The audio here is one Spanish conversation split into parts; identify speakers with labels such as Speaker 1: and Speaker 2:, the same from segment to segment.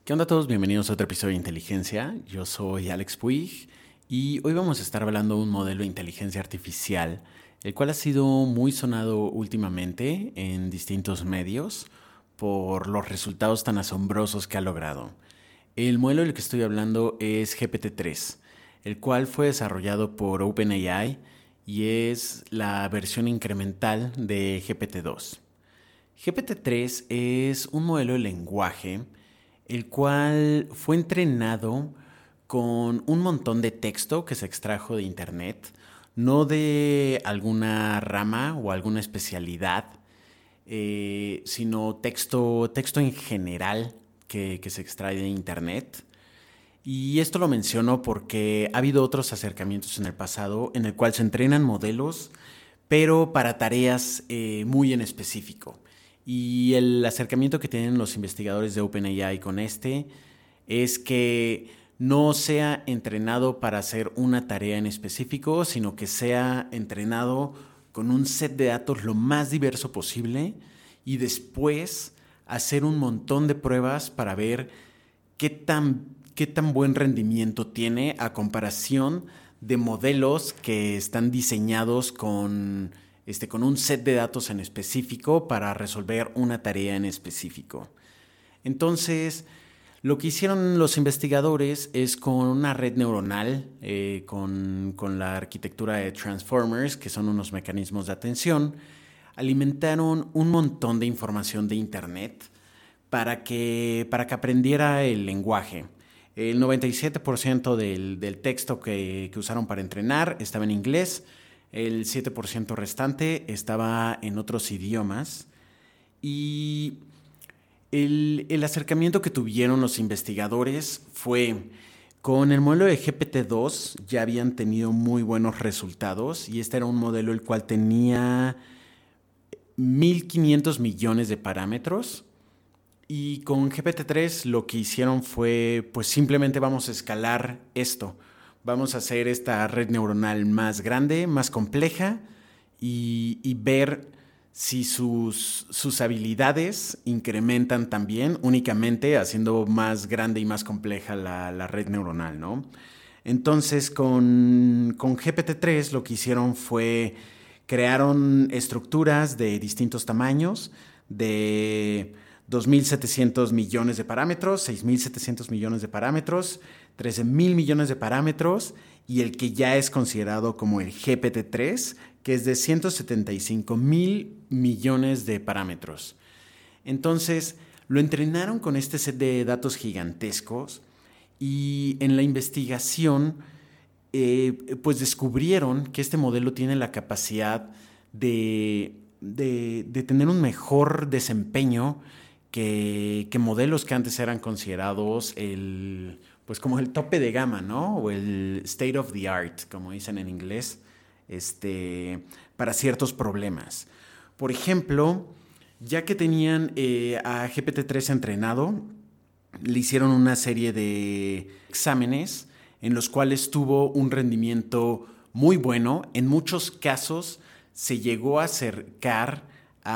Speaker 1: ¿Qué onda a todos? Bienvenidos a otro episodio de Inteligencia. Yo soy Alex Puig y hoy vamos a estar hablando de un modelo de inteligencia artificial, el cual ha sido muy sonado últimamente en distintos medios por los resultados tan asombrosos que ha logrado. El modelo del que estoy hablando es GPT-3, el cual fue desarrollado por OpenAI y es la versión incremental de GPT-2. GPT-3 es un modelo de lenguaje el cual fue entrenado con un montón de texto que se extrajo de internet, no de alguna rama o alguna especialidad, sino texto en general que se extrae de internet. Y esto lo menciono porque ha habido otros acercamientos en el pasado en el cual se entrenan modelos, pero para tareas muy en específico. Y el acercamiento que tienen los investigadores de OpenAI con este es que no sea entrenado para hacer una tarea en específico, sino que sea entrenado con un set de datos lo más diverso posible y después hacer un montón de pruebas para ver qué tan buen rendimiento tiene a comparación de modelos que están diseñados con un set de datos en específico para resolver una tarea en específico. Entonces, lo que hicieron los investigadores es con una red neuronal, con la arquitectura de Transformers, que son unos mecanismos de atención, alimentaron un montón de información de Internet para que aprendiera el lenguaje. El 97% del texto que usaron para entrenar estaba en inglés. El 7% restante estaba en otros idiomas y el acercamiento que tuvieron los investigadores fue con el modelo de GPT-2 ya habían tenido muy buenos resultados y este era un modelo el cual tenía 1.500 millones de parámetros y con GPT-3 lo que hicieron fue pues simplemente vamos a escalar esto. Vamos a hacer esta red neuronal más grande, más compleja y ver si sus habilidades incrementan también únicamente haciendo más grande y más compleja la red neuronal, ¿no? Entonces con GPT-3 lo que hicieron fue crearon estructuras de distintos tamaños, de 2.700 millones de parámetros, 6.700 millones de parámetros, 13.000 millones de parámetros y el que ya es considerado como el GPT-3, que es de 175.000 millones de parámetros. Entonces, lo entrenaron con este set de datos gigantescos y en la investigación pues descubrieron que este modelo tiene la capacidad de tener un mejor desempeño que modelos que antes eran considerados pues como el tope de gama, ¿no? O el state of the art, como dicen en inglés, para ciertos problemas. Por ejemplo, ya que tenían a GPT-3 entrenado, le hicieron una serie de exámenes en los cuales tuvo un rendimiento muy bueno. En muchos casos se llegó a acercar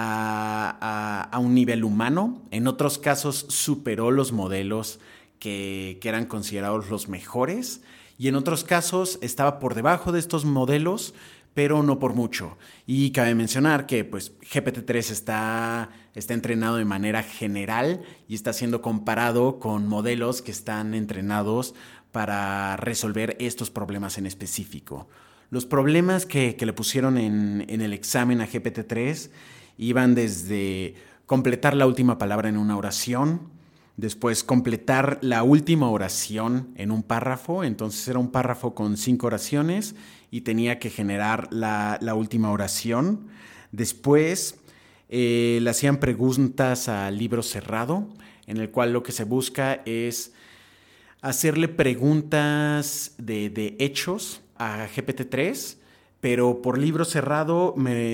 Speaker 1: a un nivel humano. En otros casos superó los modelos que eran considerados los mejores. Y en otros casos estaba por debajo de estos modelos, pero no por mucho. Y cabe mencionar que pues, GPT-3 está entrenado de manera general y está siendo comparado con modelos que están entrenados para resolver estos problemas en específico. Los problemas que le pusieron en el examen a GPT-3 iban desde completar la última palabra en una oración, después completar la última oración en un párrafo, entonces era un párrafo con 5 oraciones y tenía que generar la última oración. Después le hacían preguntas a libro cerrado, en el cual lo que se busca es hacerle preguntas de hechos a GPT-3, pero por libro cerrado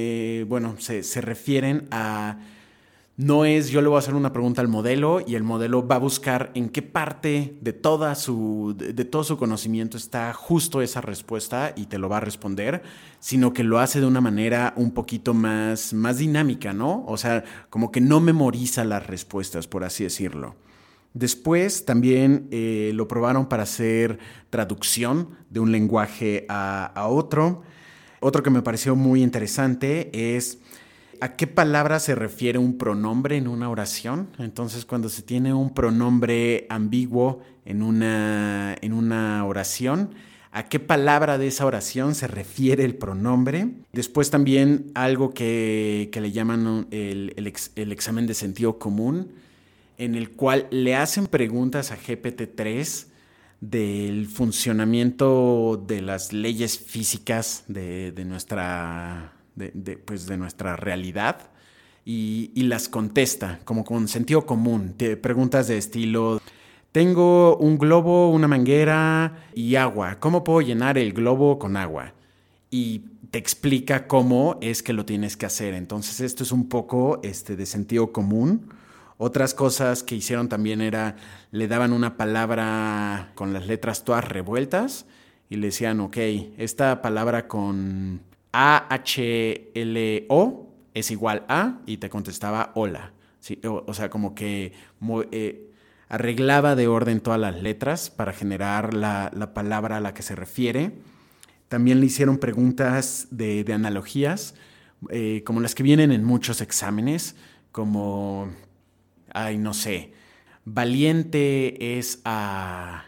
Speaker 1: se refieren a no es yo le voy a hacer una pregunta al modelo y el modelo va a buscar en qué parte de todo su conocimiento está justo esa respuesta y te lo va a responder, sino que lo hace de una manera un poquito más dinámica, ¿no? O sea, como que no memoriza las respuestas, por así decirlo. Después también lo probaron para hacer traducción de un lenguaje a otro. Otro que me pareció muy interesante es a qué palabra se refiere un pronombre en una oración. Entonces, cuando se tiene un pronombre ambiguo en una oración, ¿a qué palabra de esa oración se refiere el pronombre? Después también algo que le llaman el examen de sentido común, en el cual le hacen preguntas a GPT-3 del funcionamiento de las leyes físicas de nuestra realidad y las contesta como con sentido común. Te preguntas de estilo: tengo un globo, una manguera y agua. ¿Cómo puedo llenar el globo con agua? Y te explica cómo es que lo tienes que hacer. Entonces esto es un poco de sentido común. Otras cosas que hicieron también era, le daban una palabra con las letras todas revueltas y le decían, ok, esta palabra con AHLO es igual a, y te contestaba hola. ¿Sí? O sea, como que arreglaba de orden todas las letras para generar la palabra a la que se refiere. También le hicieron preguntas de analogías, como las que vienen en muchos exámenes, como... no sé, valiente es a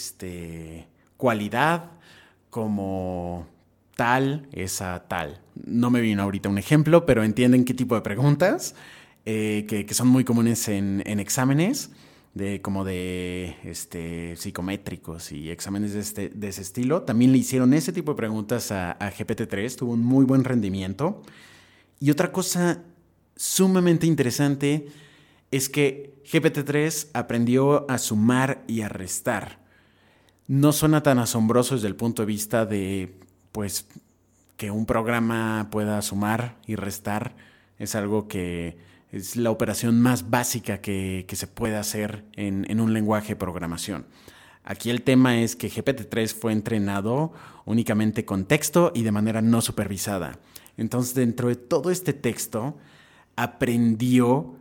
Speaker 1: cualidad, como tal es a tal. No me vino ahorita un ejemplo, pero entienden qué tipo de preguntas que son muy comunes en exámenes, como de psicométricos y exámenes de ese estilo. También le hicieron ese tipo de preguntas a GPT-3, tuvo un muy buen rendimiento. Y otra cosa sumamente interesante es que GPT-3 aprendió a sumar y a restar. No suena tan asombroso desde el punto de vista de, pues, que un programa pueda sumar y restar. Es algo que es la operación más básica que se puede hacer en un lenguaje de programación. Aquí el tema es que GPT-3 fue entrenado únicamente con texto y de manera no supervisada. Entonces, dentro de todo este texto, aprendió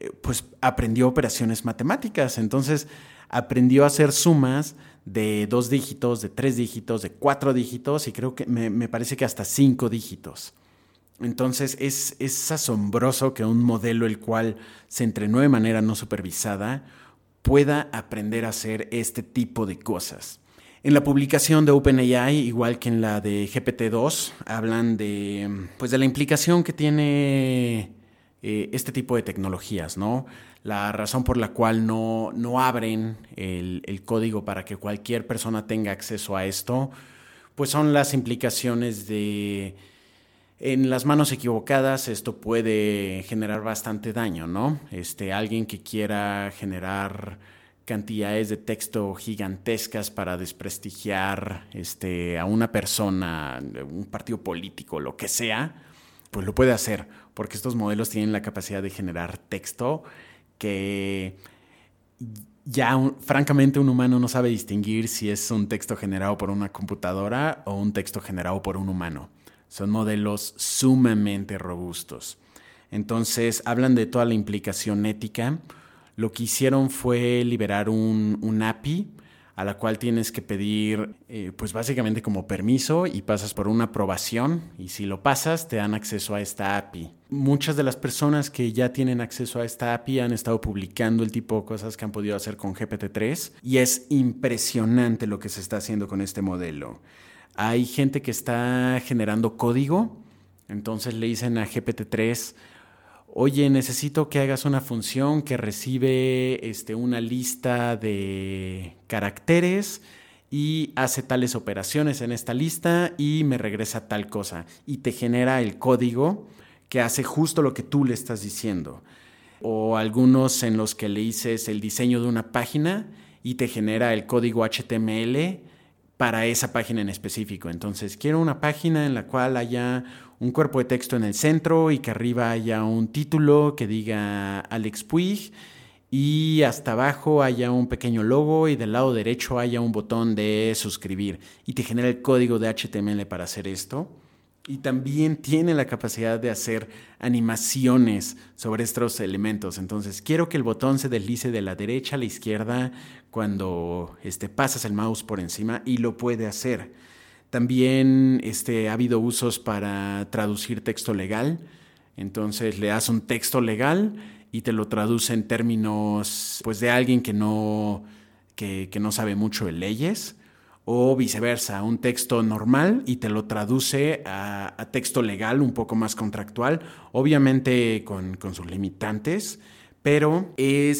Speaker 1: operaciones matemáticas. Entonces aprendió a hacer sumas de 2 dígitos, de 3 dígitos, de 4 dígitos y creo que me parece que hasta 5 dígitos. Entonces es asombroso que un modelo el cual se entrenó de manera no supervisada pueda aprender a hacer este tipo de cosas. En la publicación de OpenAI, igual que en la de GPT-2, hablan de la implicación que tiene este tipo de tecnologías, ¿no? La razón por la cual no abren el código para que cualquier persona tenga acceso a esto, pues son las implicaciones de... En las manos equivocadas esto puede generar bastante daño, ¿no? Alguien que quiera generar cantidades de texto gigantescas para desprestigiar a una persona, un partido político, lo que sea, pues lo puede hacer, porque estos modelos tienen la capacidad de generar texto que ya francamente un humano no sabe distinguir si es un texto generado por una computadora o un texto generado por un humano. Son modelos sumamente robustos. Entonces hablan de toda la implicación ética. Lo que hicieron fue liberar un API a la cual tienes que pedir pues básicamente como permiso y pasas por una aprobación y si lo pasas te dan acceso a esta API. Muchas de las personas que ya tienen acceso a esta API han estado publicando el tipo de cosas que han podido hacer con GPT-3 y es impresionante lo que se está haciendo con este modelo. Hay gente que está generando código, entonces le dicen a GPT-3: oye, necesito que hagas una función que recibe una lista de caracteres y hace tales operaciones en esta lista y me regresa tal cosa. Y te genera el código que hace justo lo que tú le estás diciendo. O algunos en los que le dices el diseño de una página y te genera el código HTML para esa página en específico. Entonces, quiero una página en la cual haya un cuerpo de texto en el centro y que arriba haya un título que diga Alex Puig y hasta abajo haya un pequeño logo y del lado derecho haya un botón de suscribir y te genera el código de HTML para hacer esto. Y también tiene la capacidad de hacer animaciones sobre estos elementos. Entonces, quiero que el botón se deslice de la derecha a la izquierda cuando pasas el mouse por encima, y lo puede hacer. También ha habido usos para traducir texto legal. Entonces le das un texto legal y te lo traduce en términos pues, de alguien que no sabe mucho de leyes, o viceversa, un texto normal y te lo traduce a texto legal un poco más contractual, obviamente con sus limitantes, pero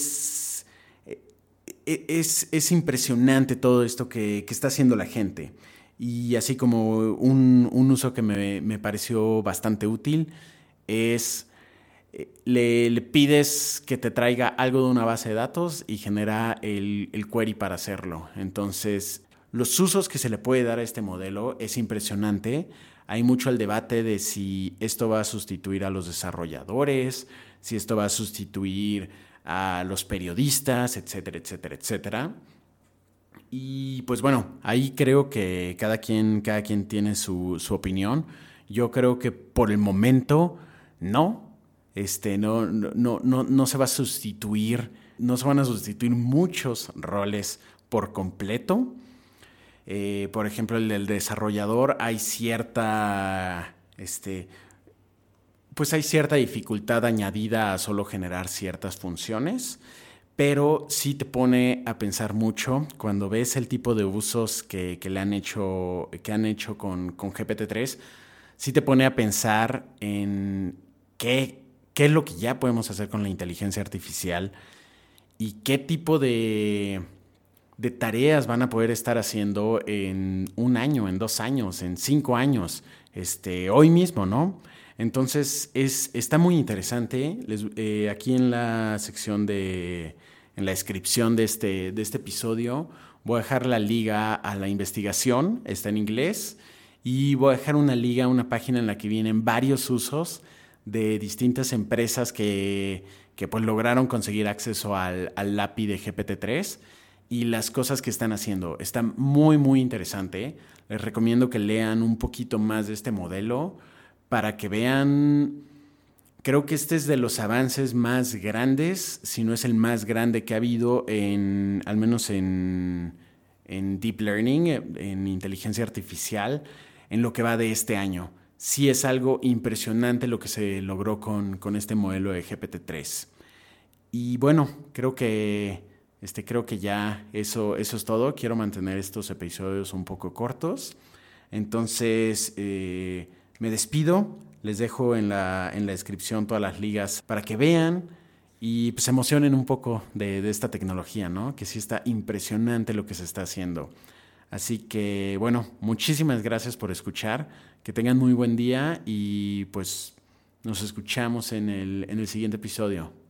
Speaker 1: es impresionante todo esto que está haciendo la gente. Y así como un uso que me pareció bastante útil es le pides que te traiga algo de una base de datos y genera el query para hacerlo. Entonces, los usos que se le puede dar a este modelo es impresionante. Hay mucho el debate de si esto va a sustituir a los desarrolladores, si esto va a sustituir a los periodistas, etcétera, etcétera, etcétera. Y pues bueno, ahí creo que cada quien tiene su opinión. Yo creo que por el momento no. No se va a sustituir, no se van a sustituir muchos roles por completo. Por ejemplo, el del desarrollador hay pues hay cierta dificultad añadida a solo generar ciertas funciones, pero sí te pone a pensar mucho cuando ves el tipo de usos que han hecho con GPT-3. Sí te pone a pensar en qué es lo que ya podemos hacer con la inteligencia artificial y qué tipo de tareas van a poder estar haciendo en 1 año, en 2 años, en 5 años, hoy mismo, ¿no? Entonces está muy interesante. Aquí en la sección en la descripción de este episodio, voy a dejar la liga a la investigación, está en inglés, y voy a dejar una página en la que vienen varios usos de distintas empresas que pues lograron conseguir acceso al API de GPT-3 y las cosas que están haciendo. Está muy, muy interesante. Les recomiendo que lean un poquito más de este modelo para que vean. Creo que este es de los avances más grandes, si no es el más grande que ha habido al menos en Deep Learning, en inteligencia artificial, en lo que va de este año. Sí es algo impresionante lo que se logró con este modelo de GPT-3. Y bueno, creo que ya eso es todo. Quiero mantener estos episodios un poco cortos. Entonces, me despido. Les dejo en la descripción todas las ligas para que vean y pues se emocionen un poco de esta tecnología, ¿no? Que sí está impresionante lo que se está haciendo. Así que, bueno, muchísimas gracias por escuchar. Que tengan muy buen día y pues nos escuchamos en el siguiente episodio.